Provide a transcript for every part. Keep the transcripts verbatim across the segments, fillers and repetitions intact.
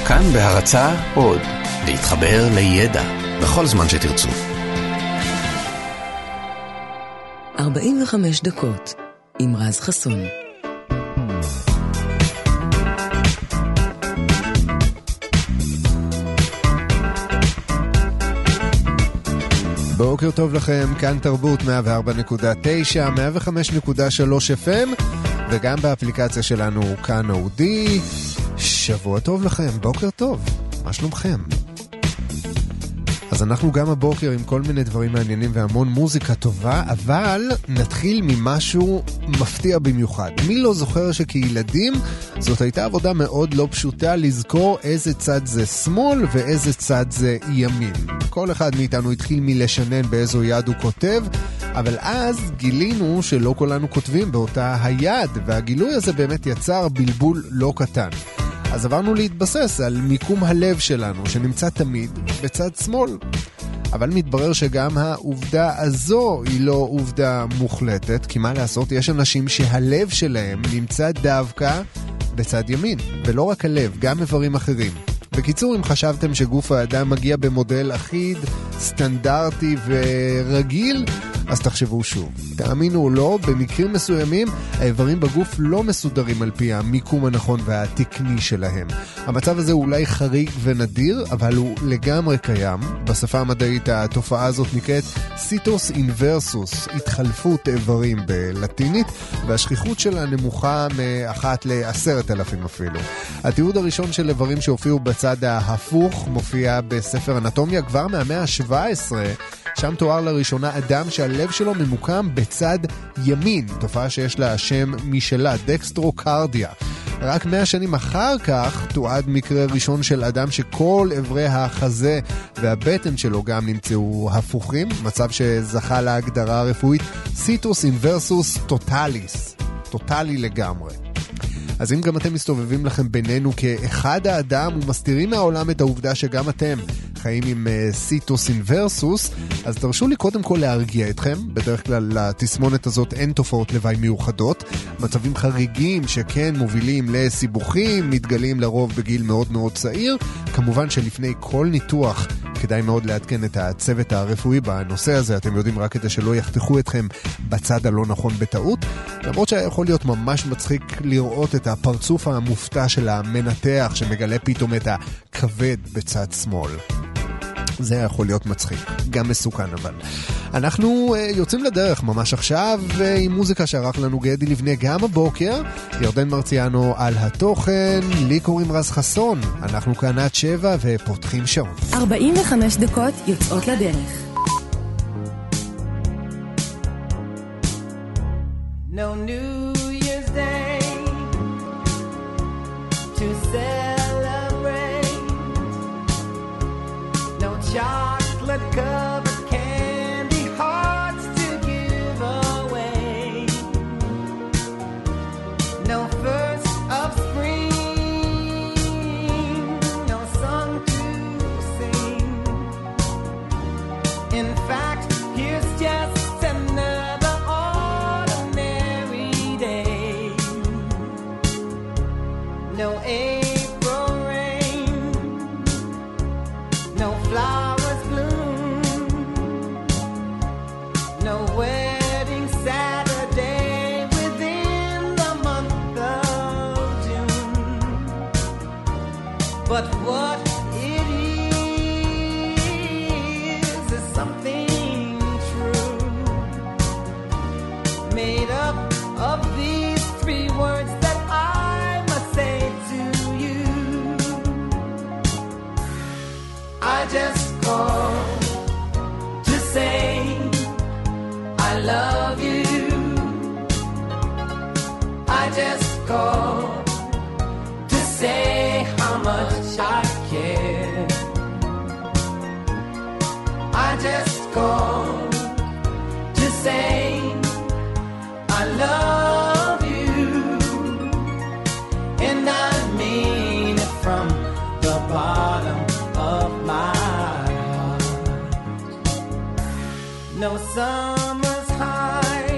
כאן בהרצאה עוד, להתחבר לידע בכל זמן שתרצו. ארבעים וחמש דקות עם רז חסון. בוקר טוב לכם, כאן תרבות מאה וארבע נקודה תשע, מאה וחמש נקודה שלוש אף אם וגם באפליקציה שלנו כאן אודי. שבוע טוב לכם, בוקר טוב, מה שלומכם? אז אנחנו גם הבוקר עם כל מיני דברים מעניינים והמון מוזיקה טובה, אבל נתחיל ממשהו מפתיע במיוחד. מי לא זוכר שכילדים זאת הייתה עבודה מאוד לא פשוטה לזכור איזה צד זה שמאל ואיזה צד זה ימין. כל אחד מאיתנו התחיל מלשנן באיזו יד הוא כותב, אבל אז גילינו שלא כולנו כותבים באותה היד, והגילוי הזה באמת יצר בלבול לא קטן. אז עברנו להתבסס על מיקום הלב שלנו, שנמצא תמיד בצד שמאל. אבל מתברר שגם העובדה הזו היא לא עובדה מוחלטת, כי מה לעשות, יש אנשים שהלב שלהם נמצא דווקא בצד ימין. ולא רק הלב, גם איברים אחרים. בקיצור, אם חשבתם שגוף האדם מגיע במודל אחיד, סטנדרטי ורגיל, אז תחשבו שוב. תאמינו או לא, במקרים מסוימים האיברים בגוף לא מסודרים על פי המיקום הנכון והתקני שלהם. המצב הזה אולי חריג ונדיר, אבל הוא לגמרי קיים. בשפה המדעית התופעה הזאת נקראת סיטוס אינברסוס, התחלפות איברים בלטינית, והשכיחות שלה נמוכה מאחת לעשרת אלפים אפילו. התיעוד הראשון של איברים שהופיעו בצד ההפוך מופיע בספר אנטומיה כבר מהמאה ה-שבע עשרה, שם תואר לראשונה אדם שהלב שלו ממוקם בצד ימין, תופעה שיש לה שם משלה, דקסטרוקרדיה. רק מאה שנים אחר כך תועד מקרה ראשון של אדם שכל עברי החזה והבטן שלו גם נמצאו הפוכים, מצב שזכה להגדרה הרפואית סיטוס אינברסוס טוטליס, טוטלי לגמרי. אז אם גם אתם מסתובבים לכם בינינו כאחד האדם ומסתירים מהעולם את העובדה שגם אתם חיים עם סיטוס אינברסוס, אז תרשו לי קודם כל להרגיע אתכם. בדרך כלל לתסמונת הזאת אין תופעות לוואי מיוחדות. מצבים חריגים שכן מובילים לסיבוכים מתגלים לרוב בגיל מאוד מאוד צעיר. כמובן שלפני כל ניתוח כדאי מאוד לעדכן את הצוות הרפואי בנושא הזה, אתם יודעים, רק כדי שלא יחתכו אתכם בצד הלא נכון בטעות. למרות שיכול להיות ממש מצחיק לראות את הפרצוף המופתע של המנתח שמגלה פתאום את הכבד בצד שמאל. זה יכול להיות מצחיק, גם מסוכן אבל. אנחנו uh, יוצאים לדרך ממש עכשיו uh, עם מוזיקה שערך לנו גדי לבנה גם הבוקר, ירדן מרציאנו על התוכן, לי קוראים רז חסון, אנחנו כאן עד שבע ופותחים שעון. ארבעים וחמש דקות יוצאות לדרך. No New Year's Day to celebrate, no chocolate covered candy hearts to give away, no first of spring, no song to sing. In fact, here's just another ordinary day. No April rain, no flowers bloom, no wedding Saturday within the month of June. But what it is is something true, made up of these three words that I must say to you. I just called to say I love you. I just called to say how much I care. I just called to say I love you, and I mean it from the bottom of my heart. No summer's high,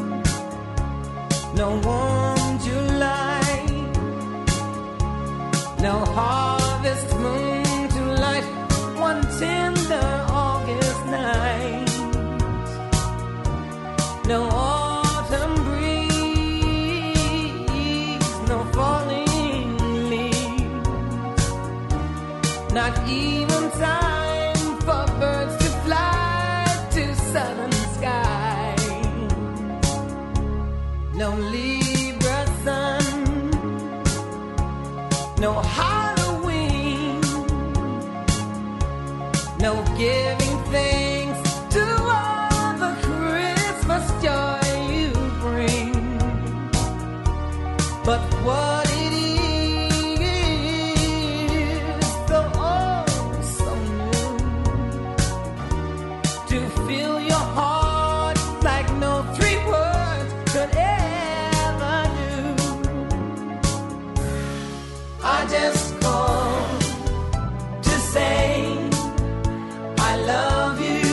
no warm July, no harvest August moon to light one tender August night. No autumn breeze, no falling leaves, not even time for birds to fly to southern sky. No Libra sun, no Halloween, no giving thanks to all the Christmas joy you bring. But what it is, so oh so new, to fill your heart like no three words could ever do. I just called to say I love you.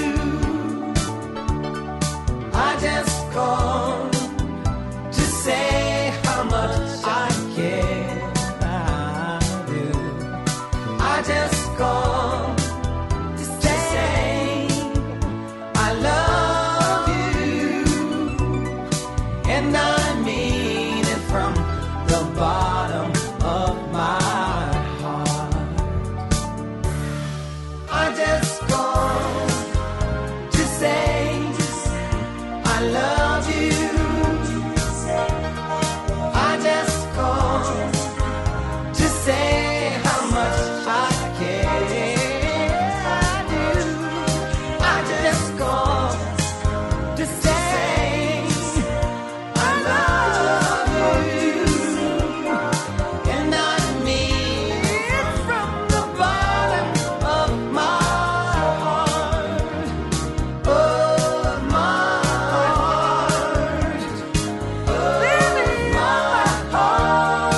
I just called to say how much I care. I do. I just called to say I love you, and I mean it from the bottom of my heart. I just called to say I love you. I just called to say how much I care. I do. I just called to say I love you, and I mean it from the bottom of my heart, of my heart, of my heart.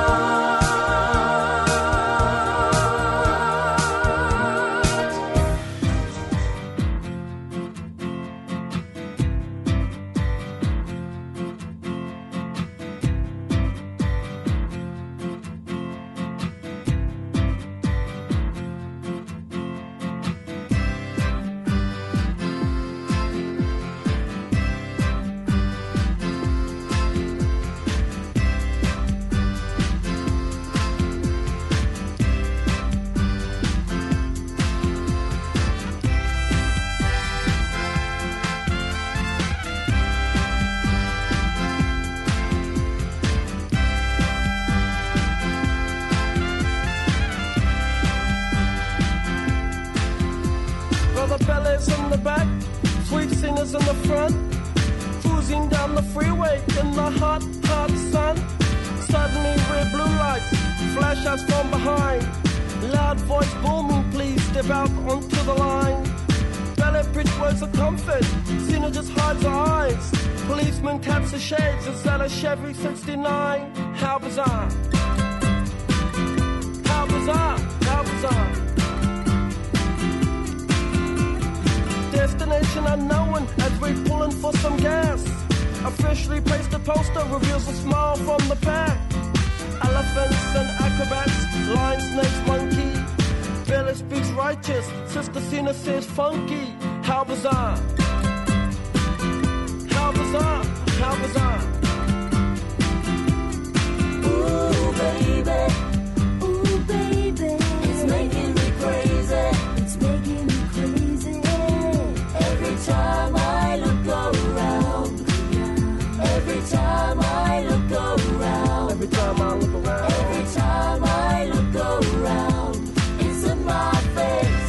Brother Bellas in the back, sweet singers in the front, cruising down the freeway in the hot, hot sun. Suddenly red blue lights flash us from behind. Loud voice booming, please step out onto the line. Ballet bridge words of comfort, Cena just hides her eyes. Policeman taps the shades, is that a Chevy sixty-nine? How bizarre, how bizarre, how bizarre. Destination unknown as we're pulling for some gas. Officially placed a poster reveals a smile from the pack. Elephants and acrobats, lion, snakes, monkey. Bella speaks righteous, Sister Cena says funky. How bizarre, how bizarre, how bizarre. Ooh, baby, ooh, baby, it's making me crazy, it's making me crazy. Every time I look around, every time I look around, Every time I look around, every time I look around, it's in my face.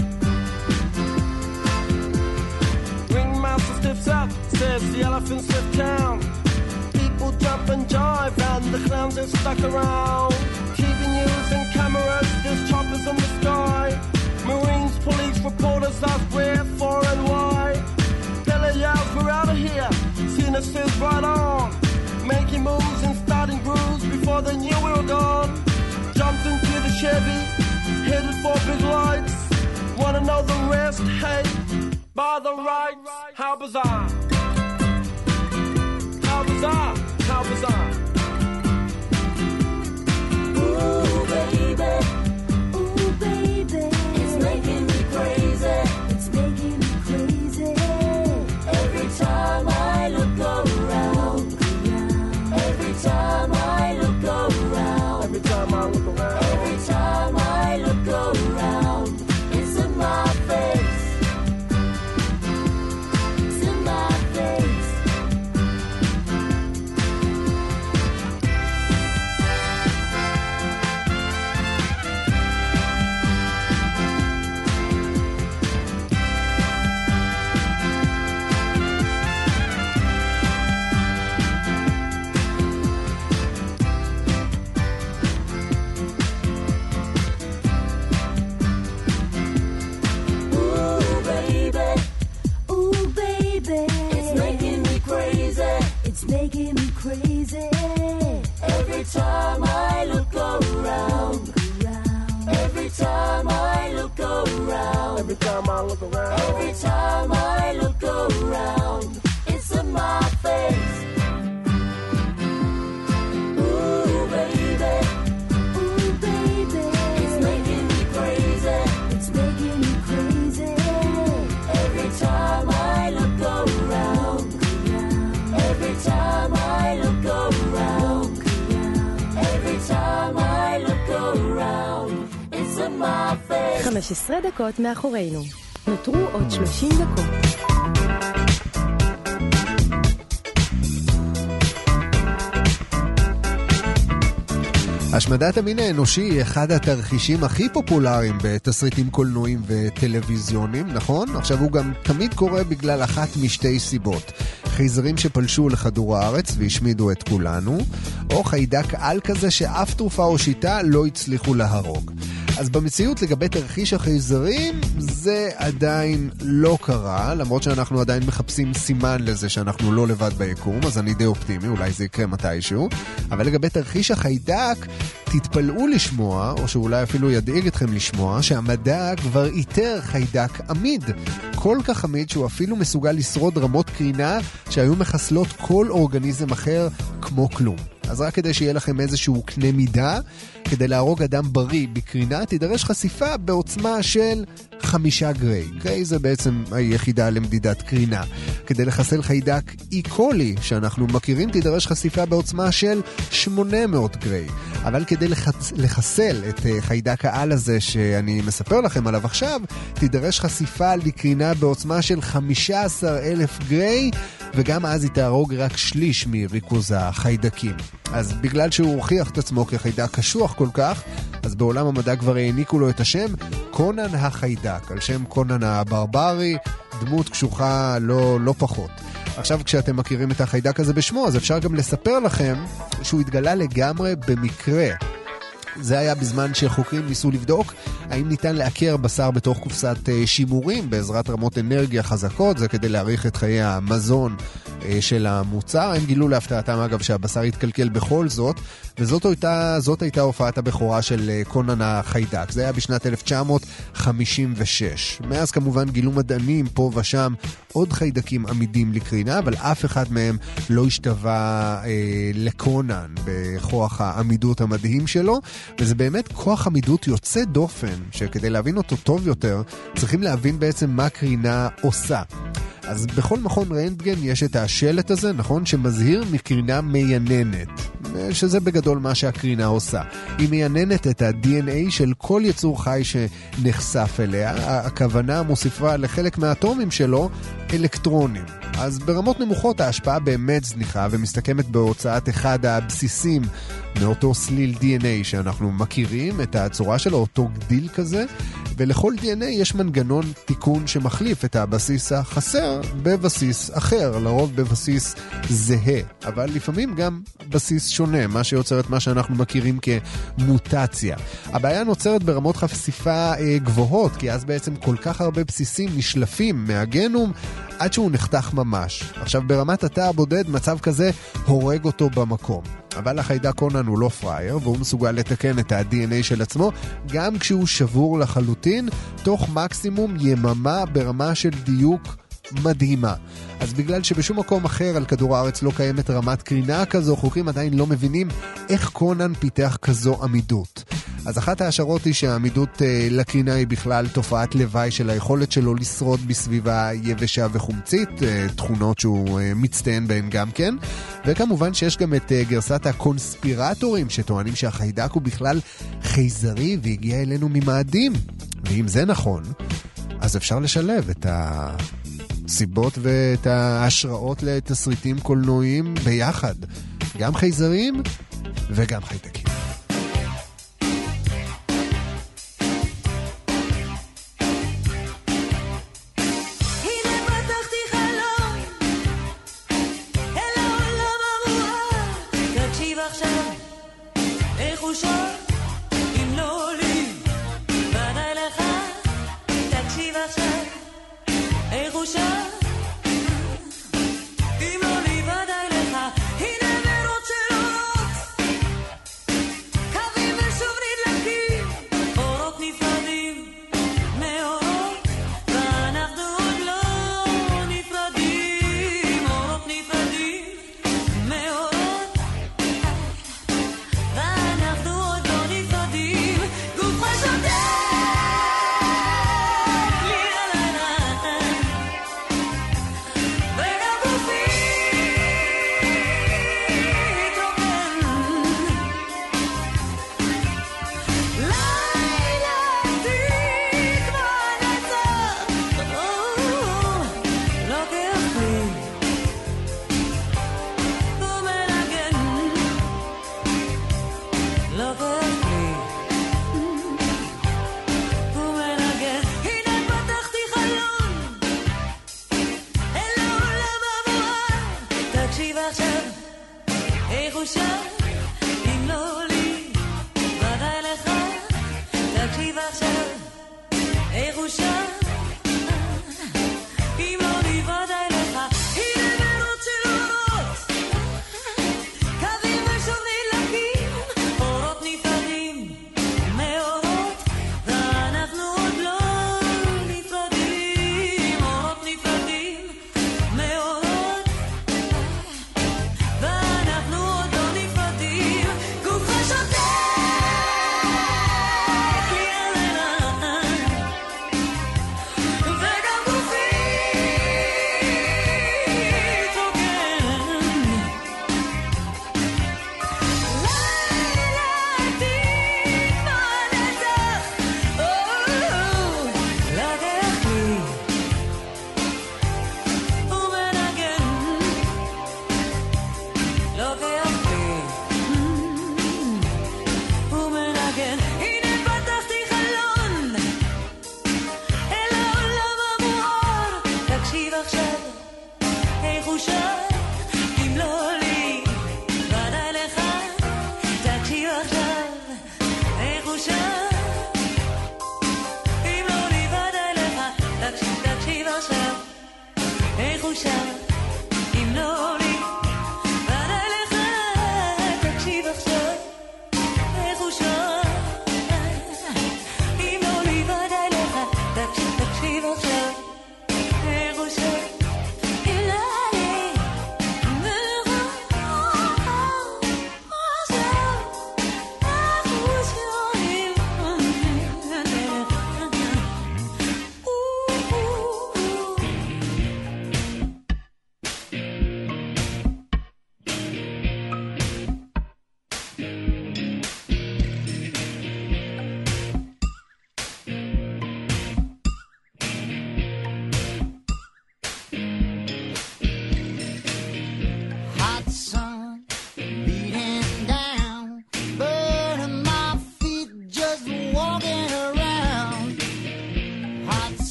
Ringmaster stiffs up, says the elephants lift town. People jump and jive and the clowns are stuck around. T V news and cameras, there's choppers in the sky. Marines, police, reporters ask where, for and why. Bella yells, we're out of here. Cena says right on. Making moves and starting grooves before they knew we were gone. Jumped into the Chevy, headed for big lights. Wanna know the rest? Hey, by the rights. How bizarre, how bizarre, how bizarre. Ooh, baby, around. Every time I look around, it's in my face. It's in my face. Ooh, baby. Ooh, baby. It's making me crazy. It's making me crazy. Every time I look around. Every time I look around. Every time I look around. Every time I look around, it's in my face. Ooh, baby. Ooh, baby. It's making me crazy. It's making me crazy. Every time I look around. Every time I look around. Every time I look around, it's in my face. חמש עשרה דקות מאחורינו. נותרו עוד שלושים דקות. השמדת המין האנושי היא אחד התרחישים הכי פופולריים בתסריטים קולנועיים וטלוויזיונים, נכון? עכשיו הוא גם תמיד קורה בגלל אחת משתי סיבות. חייזרים שפלשו לכדור הארץ והשמידו את כולנו, או חיידק על כזה שאף תרופה או שיטה לא הצליחו להרוג. אז במציאות לגבי תרחיש החייזרים זה עדיין לא קרה, למרות שאנחנו עדיין מחפשים סימן לזה שאנחנו לא לבד ביקום, אז אני די אופטימי, אולי זה יקרה מתישהו. אבל לגבי תרחיש החיידק, תתפלאו לשמוע, או שאולי אפילו ידאיג אתכם לשמוע, שהמדע כבר איתר חיידק עמיד. כל כך עמיד שהוא אפילו מסוגל לשרוד רמות קרינה שהיו מחסלות כל אורגניזם אחר כמו כלום. אז רק כדי שיהיה לכם איזשהו קנה מידה, כדי להרוג אדם בריא בקרינה, תידרש חשיפה בעוצמה של חמישה גריי. גריי זה בעצם היחידה למדידת קרינה. כדי לחסל חיידק אי קולי, שאנחנו מכירים, תידרש חשיפה בעוצמה של שמונה מאות גריי. אבל כדי לחצ... לחסל את חיידק העל הזה שאני מספר לכם עליו עכשיו, תידרש חשיפה לקרינה בעוצמה של חמישה עשר אלף גריי, וגם אז היא תהרוג רק שליש מריכוז החיידקים. אז בגלל שהוא הוכיח את עצמו כחיידק קשוח כל כך, אז בעולם המדע כבר העניקו לו את השם קונן החיידק, על שם קונן הברברי, דמות קשוחה לא, לא פחות. עכשיו כשאתם מכירים את החיידק הזה בשמו, אז אפשר גם לספר לכם שהוא התגלה לגמרי במקרה. זה היה בזמן שחוקרים ניסו לבדוק האם ניתן לעקר בשר בתוך קופסת שימורים בעזרת רמות אנרגיה חזקות, זה כדי להאריך את חיי המזון של המוצר. הם גילו להפתעתם אגב שהבשר התקלקל בכל זאת, וזאת הייתה, זאת הייתה הופעת הבכורה של קונן החיידק. זה היה בשנת אלף תשע מאות חמישים ושש. מאז כמובן גילו מדענים פה ושם עוד חיידקים עמידים לקרינה, אבל אף אחד מהם לא השתווה אה, לקונן בכוח העמידות המדהים שלו, וזה באמת כוח עמידות יוצא דופן, שכדי להבין אותו טוב יותר, צריכים להבין בעצם מה קרינה עושה. אז בכל מכון רנטגן יש את השלט הזה, נכון? שמזהיר מקרינה מייננת, שזה בגדול מה שהקרינה עושה. היא מייננת את ה-די אן איי של כל יצור חי שנחשף אליה, הכוונה מוסיפה לחלק מהאטומים שלו אלקטרונים. אז ברמות נמוכות ההשפעה באמת זניחה ומסתכמת בהוצאת אחד הבסיסים מאותו סליל די אן איי שאנחנו מכירים, את הצורה שלו, אותו גדיל כזה, ולכל די אן איי יש מנגנון תיקון שמחליף את הבסיס החסר בבסיס אחר, לרוב בבסיס זהה, אבל לפעמים גם בסיס שונה, מה שיוצר את מה שאנחנו מכירים כמוטציה. הבעיה נוצרת ברמות חשיפה אה, גבוהות, כי אז בעצם כל כך הרבה בסיסים נשלפים מהגנום עד שהוא נחתך ממש. עכשיו ברמת התא הבודד מצב כזה הורג אותו במקום. אבל החיידק קונן הוא לא פרייר, והוא מסוגל לתקן את ה-די אן איי של עצמו, גם כשהוא שבור לחלוטין, תוך מקסימום יממה ברמה של דיוק מדהימה. אז בגלל שבשום מקום אחר על כדור הארץ לא קיימת רמת קרינה כזו, חוקרים עדיין לא מבינים איך קונן פיתח כזו עמידות. אז אחת ההשערות היא שהעמידות אה, לקרינה היא בכלל תופעת לוואי של היכולת שלו לשרוד בסביבה יבשה וחומצית, אה, תכונות שהוא אה, מצטיין בהן גם כן. וכמובן שיש גם את אה, גרסת הקונספירטורים שטוענים שהחיידק הוא בכלל חייזרי והגיע אלינו ממאדים. ואם זה נכון, אז אפשר לשלב את הסיבות ואת ההשראות לתסריטים קולנועיים ביחד. גם חייזרים וגם חיידקים.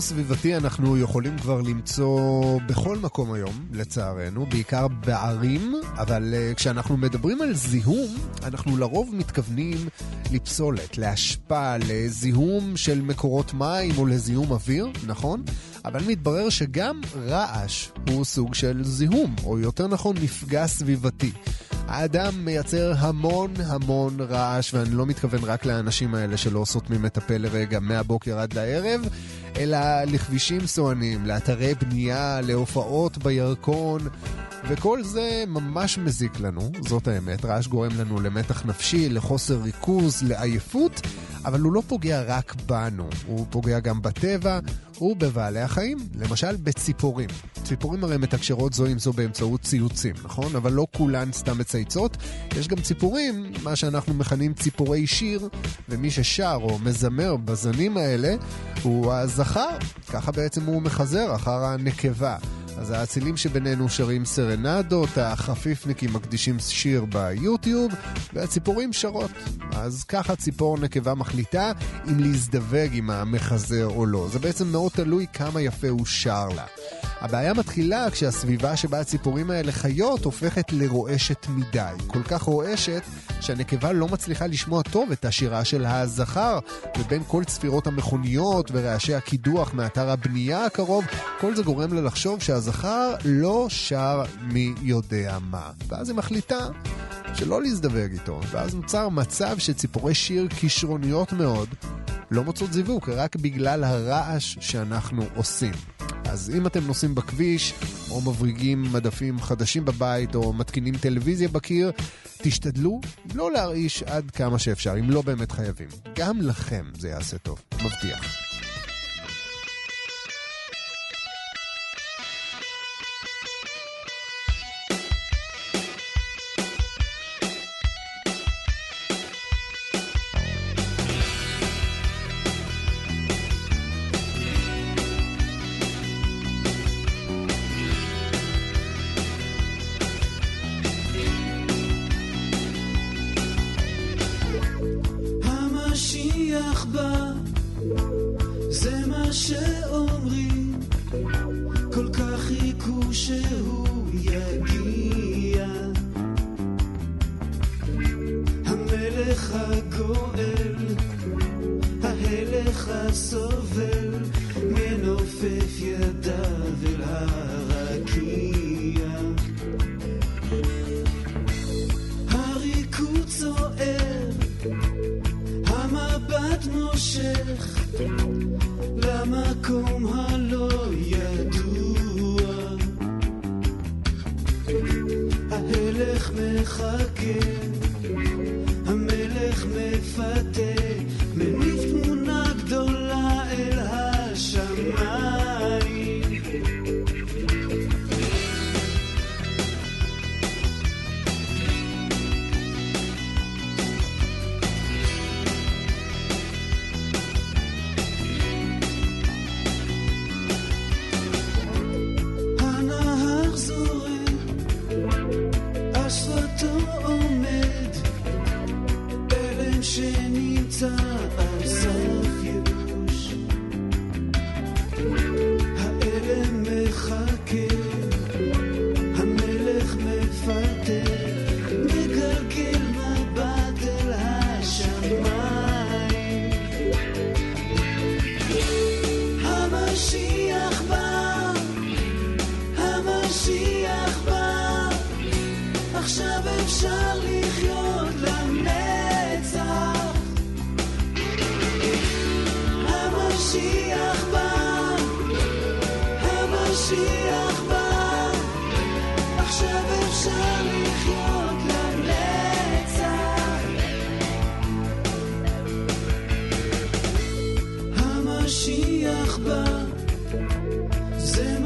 סביבתי אנחנו יכולים כבר למצוא בכל מקום היום, לצערנו, בעיקר בערים, אבל uh, כשאנחנו מדברים על זיהום, אנחנו לרוב מתכוונים לפסולת, להשפעה, לזיהום של מקורות מים או לזיהום אוויר, נכון? אבל מתברר שגם רעש הוא סוג של זיהום, או יותר נכון מפגע סביבתי. האדם מייצר המון המון רעש, ואני לא מתכוון רק לאנשים האלה שלא סותמים את הפה לרגע מהבוקר עד לערב, אלא לכבישים סוענים, לאתרי בנייה, להופעות בירקון, וכל זה ממש מזיק לנו, זאת האמת. רעש גורם לנו למתח נפשי, לחוסר ריכוז, לעייפות, אבל הוא לא פוגע רק בנו, הוא פוגע גם בטבע ובבעלי החיים, למשל בציפורים. ציפורים הרי מתקשרות זו עם זו באמצעות ציוצים, נכון? אבל לא כולן סתם מצייצות. יש גם ציפורים, מה שאנחנו מכנים ציפורי שיר, ומי ששר או מזמר בזנים האלה הוא הזכר. ככה בעצם הוא מחזר אחר הנקבה. אז האצילים שבינינו שרים סרנדות, החפיפניקים מקדישים שיר ביוטיוב, והציפורים שרות. אז ככה ציפור נקבה מחליטה אם להזדווג עם המחזר או לא. זה בעצם מאוד תלוי כמה יפה הוא שר לה. הבעיה מתחילה כשהסביבה שבה הציפורים האלה חיות הופכת לרועשת מדי. כל כך רועשת שהנקבה לא מצליחה לשמוע טוב את השירה של הזכר, ובין כל צפירות המכוניות ורעשי הקידוח מאתר הבנייה הקרוב, כל זה גורם לה לחשוב שהזכר לא שר מי יודע מה. ואז היא מחליטה שלא להזדווג איתו, ואז נוצר מצב שציפורי שיר כישרוניות מאוד לא מוצאות זיווג, רק בגלל הרעש שאנחנו עושים. אז אם אתם נוסעים בכביש, או מבריגים מדפים חדשים בבית, או מתקינים טלוויזיה בקיר, תשתדלו לא להרעיש עד כמה שאפשר, אם לא באמת חייבים. גם לכם זה יעשה טוב, מבטיח.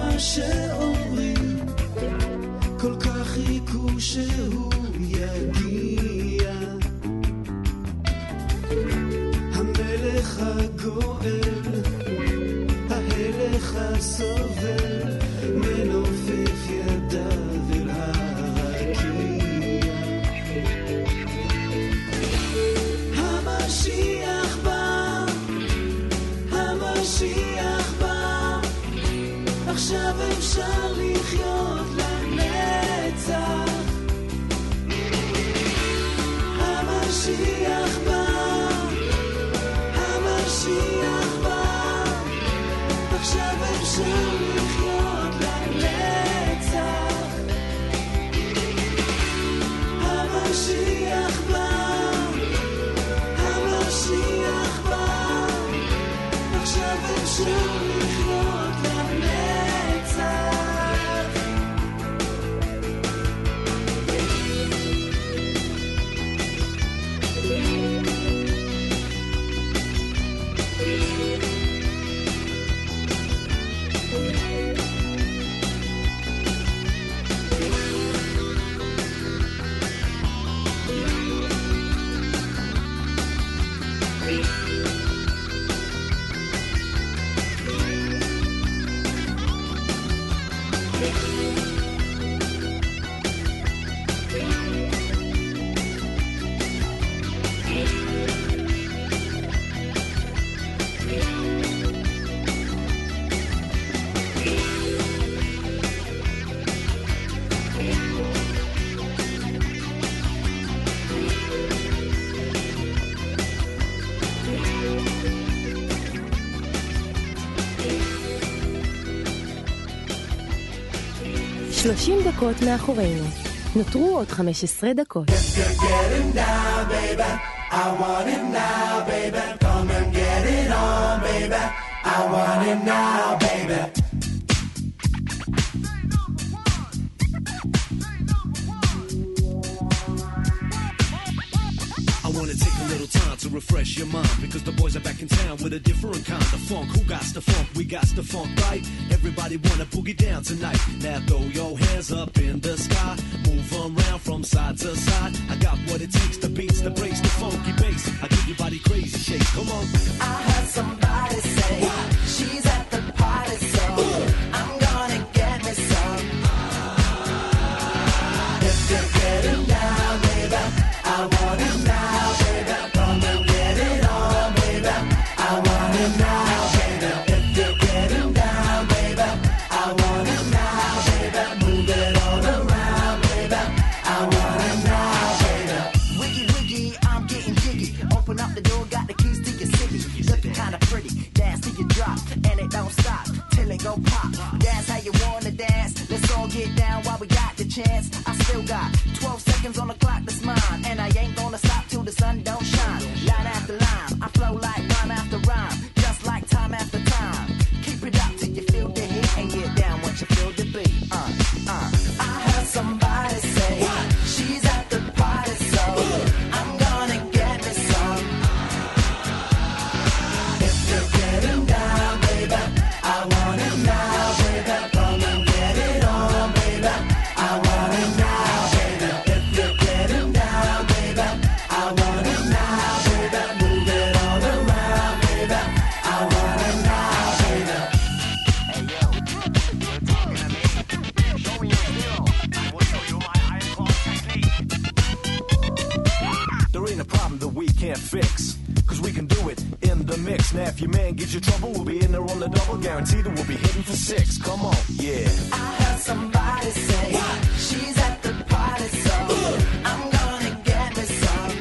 שאומרים כל כך חיכו שהוא יגיע שלושים דקות מאחורינו. נותרו עוד חמש עשרה דקות. Refresh your mind because the boys are back in town with a different kind of funk. Who got the funk? We got the funk, right? Everybody wanna boogie down tonight. Now throw your hands up in the sky, move around from side to side. I got what it takes, the beats, the breaks, the funky bass. I give your body crazy shakes. Come on. I heard somebody say she's at the party, so I'm gonna get me some. If you're getting down, baby, I want it now, baby. Come and get it on, baby. I want it now, baby. If you're getting down, baby, I want it now, baby. Move it all around, baby. I want it now, baby. Wiggy wiggy, I'm getting jiggy. Open up the door, got the keys to your city. Looking kinda pretty, dance till you drop, and it don't stop till it go pop. That's how you wanna dance. Let's all get down while we got the chance. I still got twelve seconds on the clock that's mine, and I ain't gonna stop till the sun don't shine. Line after line, I flow like rhyme after rhyme, just like time after time. Keep it up till you feel the heat, and get down once you feel the beat. Uh, uh. I heard somebody say she's at the party, so I'm gonna get me some. If you're getting down, baby, I want it now, baby. Come and get it on, baby. I want it now, baby. If you're getting down, baby, I want it now, baby. Move it all around, baby. I want it now, baby. Hey yo, you're talking to me. Show me your skill. I will show you my iron claw technique. There ain't a problem that we can't fix, cause we can do it in the mix. Now if your man gives you trouble, we'll be in there on the double. Guaranteed that we'll be hitting for six. Come on, yeah. I heard somebody say she's at the party, so I'm gonna get me some.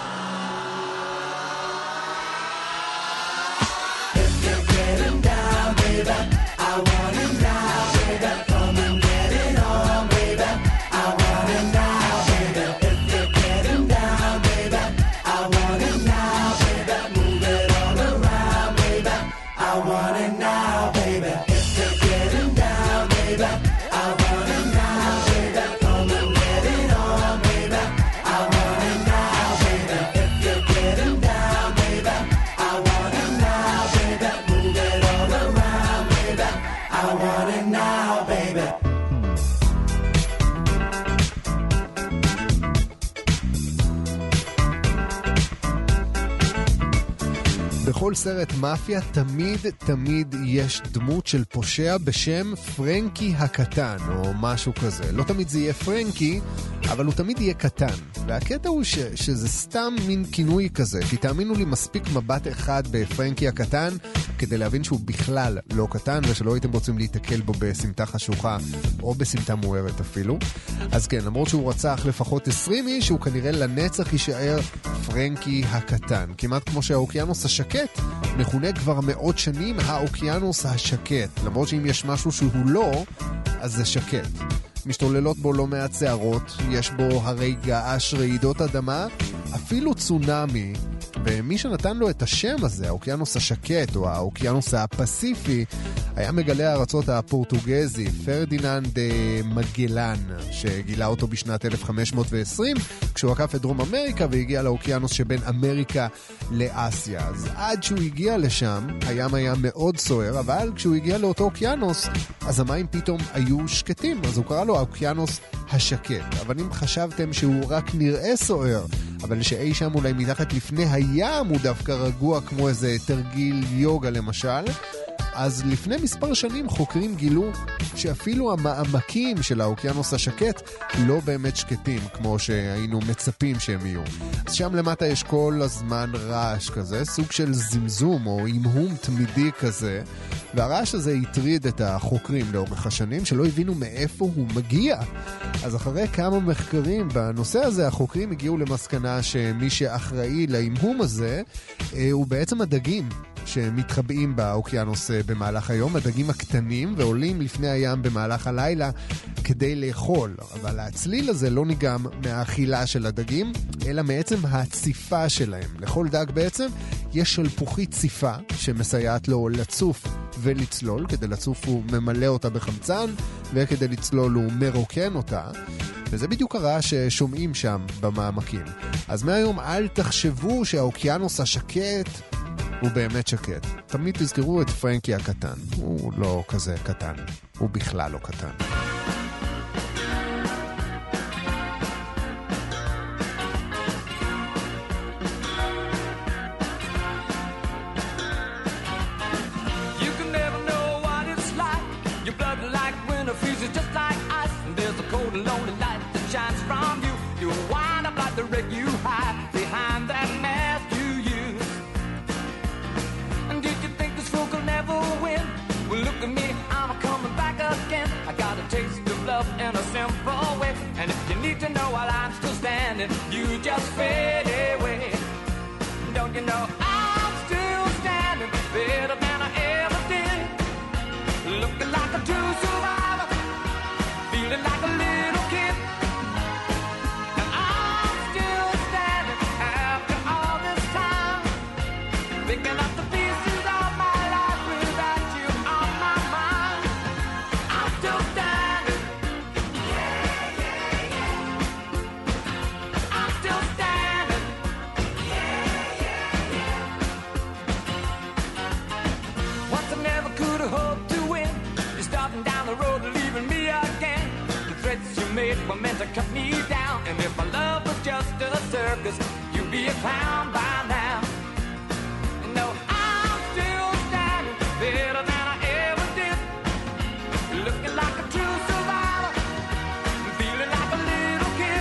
If you're getting down, baby, I want it now, baby. Come and get it on, baby. I want it now, baby. If you're getting down, baby, I want it now, baby. Move it all around, baby. I want it now, baby. If you're getting down, baby, I want it now, baby. Come and get it on, baby. I want it now, baby. If you're getting down, baby, I want it now, baby. Move it all around, baby. I want it now, baby. בכל סרט מאפיה תמיד תמיד יש דמות של פושע בשם פרנקי הקטן או משהו כזה. לא תמיד זה יהיה פרנקי, אבל הוא תמיד יהיה קטן. והקטע הוא ש, שזה סתם מין כינוי כזה, כי תאמינו לי מספיק מבט אחד בפרנקי הקטן כדי להבין שהוא בכלל לא קטן ושלא הייתם רוצים להתקל בו בסמטה חשוכה או בסמטה מוארת אפילו. אז כן, למרות שהוא רצח לפחות עשרים איש, הוא כנראה לנצח יישאר פרנקי הקטן. כמעט כמו שהאוקיינוס השקט מכונה כבר מאות שנים האוקיינוס השקט. למרות שאם יש משהו שהוא לא, אז זה שקט. משתוללות בו לא מעט שערות, יש בו הרי געש, רעידות אדמה, אפילו צונאמי, ומי שנתן לו את השם הזה, האוקיינוס השקט או האוקיינוס הפסיפי, היה מגלה הארצות הפורטוגזי פרדיננד מגלן, שגילה אותו בשנת אלף חמש מאות ועשרים, כשהוא עקף את דרום אמריקה והגיע לאוקיינוס שבין אמריקה לאסיה. אז עד שהוא הגיע לשם, הים היה מאוד סוער, אבל כשהוא הגיע לאותו אוקיינוס, אז המים פתאום היו שקטים, אז הוא קרא לו האוקיינוס השקט. אבל אם חשבתם שהוא רק נראה סוער, אבל שאי שם אולי מתחת לפני הים הוא דווקא רגוע כמו איזה תרגיל יוגה למשל, אז לפני מספר שנים חוקרים גילו שאפילו המעמקים של האוקיינוס השקט לא באמת שקטים, כמו שהיינו מצפים שהם יהיו. אז שם למטה יש כל הזמן רעש כזה, סוג של זמזום או אימהום תמידי כזה, והרעש הזה הטריד את החוקרים לאורך השנים, שלא הבינו מאיפה הוא מגיע. אז אחרי כמה מחקרים בנושא הזה, החוקרים הגיעו למסקנה שמי שאחראי לאימהום הזה, הוא בעצם הדגים שמתחבאים באוקיינוס במהלך היום, הדגים הקטנים, ועולים לפני הים במהלך הלילה כדי לאכול. אבל הצליל הזה לא ניגם מהאכילה של הדגים, אלא מעצם הציפה שלהם. לכל דג בעצם יש שלפוחית ציפה שמסייעת לו לצוף ולצלול. כדי לצוף הוא ממלא אותה בחמצן, וכדי לצלול הוא מרוקן אותה. וזה בדיוק הרעש ששומעים שם במעמקים. אז מהיום אל תחשבו שהאוקיינוס השקט הוא באמת שקט. תמיד תזכרו את פרנקי הקטן. הוא לא כזה קטן. הוא בכלל לא קטן. You can never know what it's like. Your blood like winter freezes just like ice. And there's a cold and lonely light that shines from you. You wind up like the wreck you hide behind that mask you use. And did you think this fool could never win? Well, look at me, I'm coming back again. I got a taste of love in a simple way. And if you need to know while I'm still standing, you just fade away. Don't you know I'm still standing better than I ever did? Looking like a true survivor, feeling like a little kid. And I'm still standing after all this time, picking up the pieces of my life without you on my mind. I'm still standing. Yeah, yeah, yeah. I'm still standing. Yeah, yeah, yeah. Once I never could have hoped to win. You're starting down the road and leaving me again. The threats you made were meant to cut me down. And if my love was just a circus, you'd be a clown by now. No, I'm still standing better than I ever did. Looking like a true survivor, feeling like a little kid.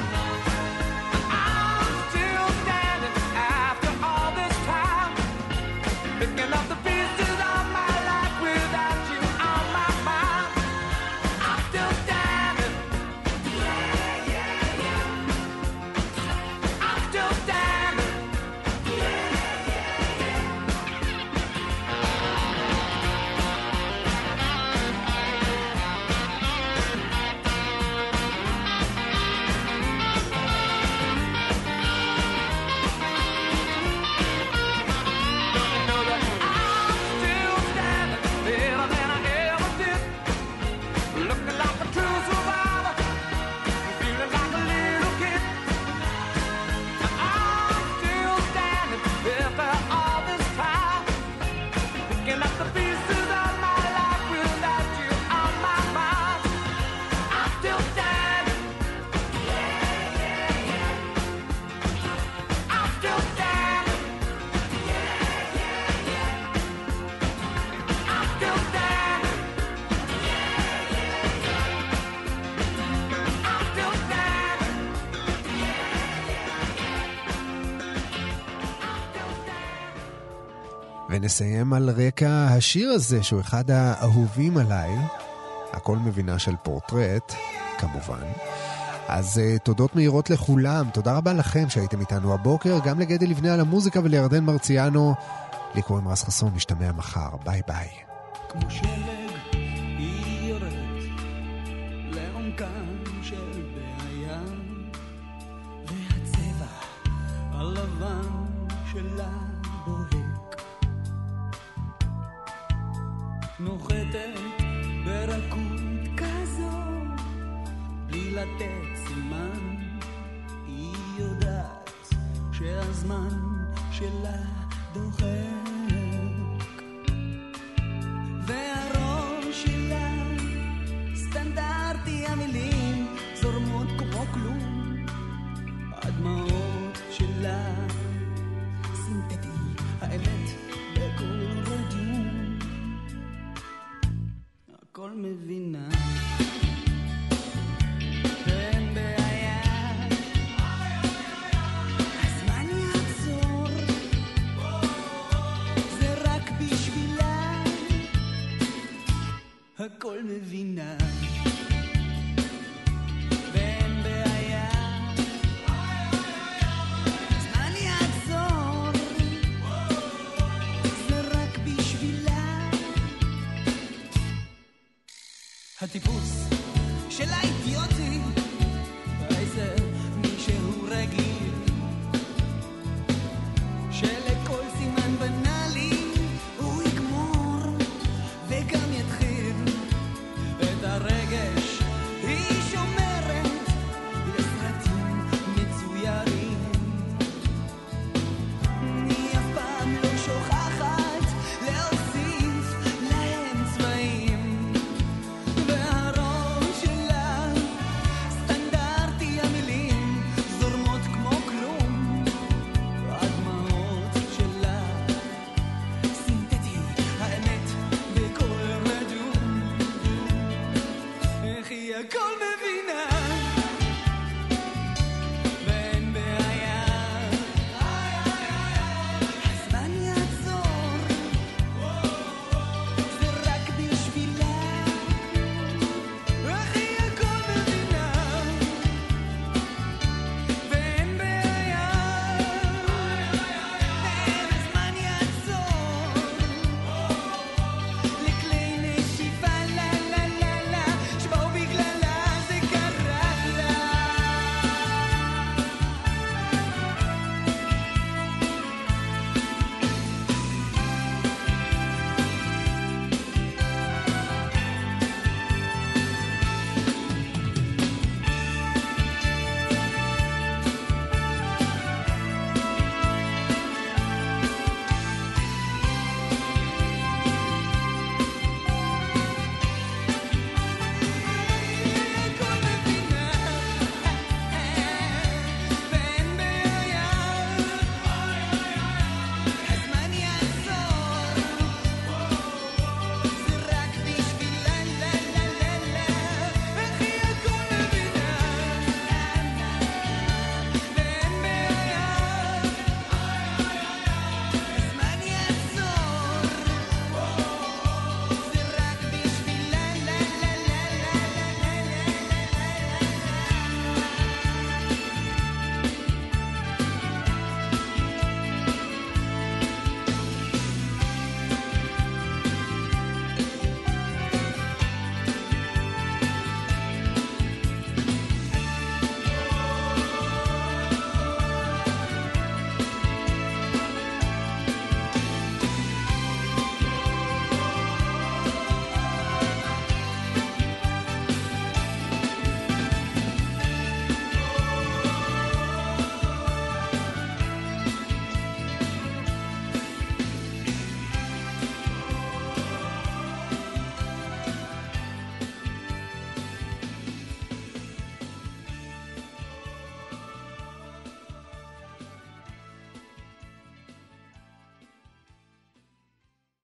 I'm still standing after all this time, picking up the pieces of my life without you on my mind. I'm still standing. Yeah, yeah, yeah. I'm still standing. Yeah, yeah, yeah. Know that I'm still standing better than I ever did. Looking like a true survivor, feeling like a little kid. I'm still standing after all this time, picking up the pieces of my life without you on my mind. I'm still standing. Yeah, yeah, yeah. I'm still standing. Yeah, yeah, yeah. I'm still standing. Yeah, yeah, yeah. I'm still standing. ונסיים על רקע השיר הזה, שהוא אחד האהובים עליי, הכל מבינה של פורטרט, כמובן. אז uh, תודות מהירות לכולם, תודה רבה לכם שהייתם איתנו הבוקר, גם לגדי לבנה על המוזיקה ולירדן מרציאנו. לי קוראים רז חסון, נשתמע מחר, ביי ביי. כמו שלג היא יורד לעומקם של בעיה, והצבע הלבן שלה בוהק, נוחתת ברכות כזו בלי לתת סימן. היא יודעת שהזמן שלה דוחק, והראש שלה סטנדרטי, המילים זורמות כמו כלום, הדמעות שלה סינתטי, האמת בכל רדיום. של האידיוטים, איזה מישהו רגיל שלכל סימן בנאלי הוא יגמור וגם יתחיל את הרגש. היא שומרת לסרטים מצוירים, אני אף פעם לא שוכחת להוסיף להם צבעים, והראש שלה סטנדרטי, המילים זורמות כמו כלום, הדמעות שלה סינתטי, האמת בכל רדום, איך היא הכל מבינה.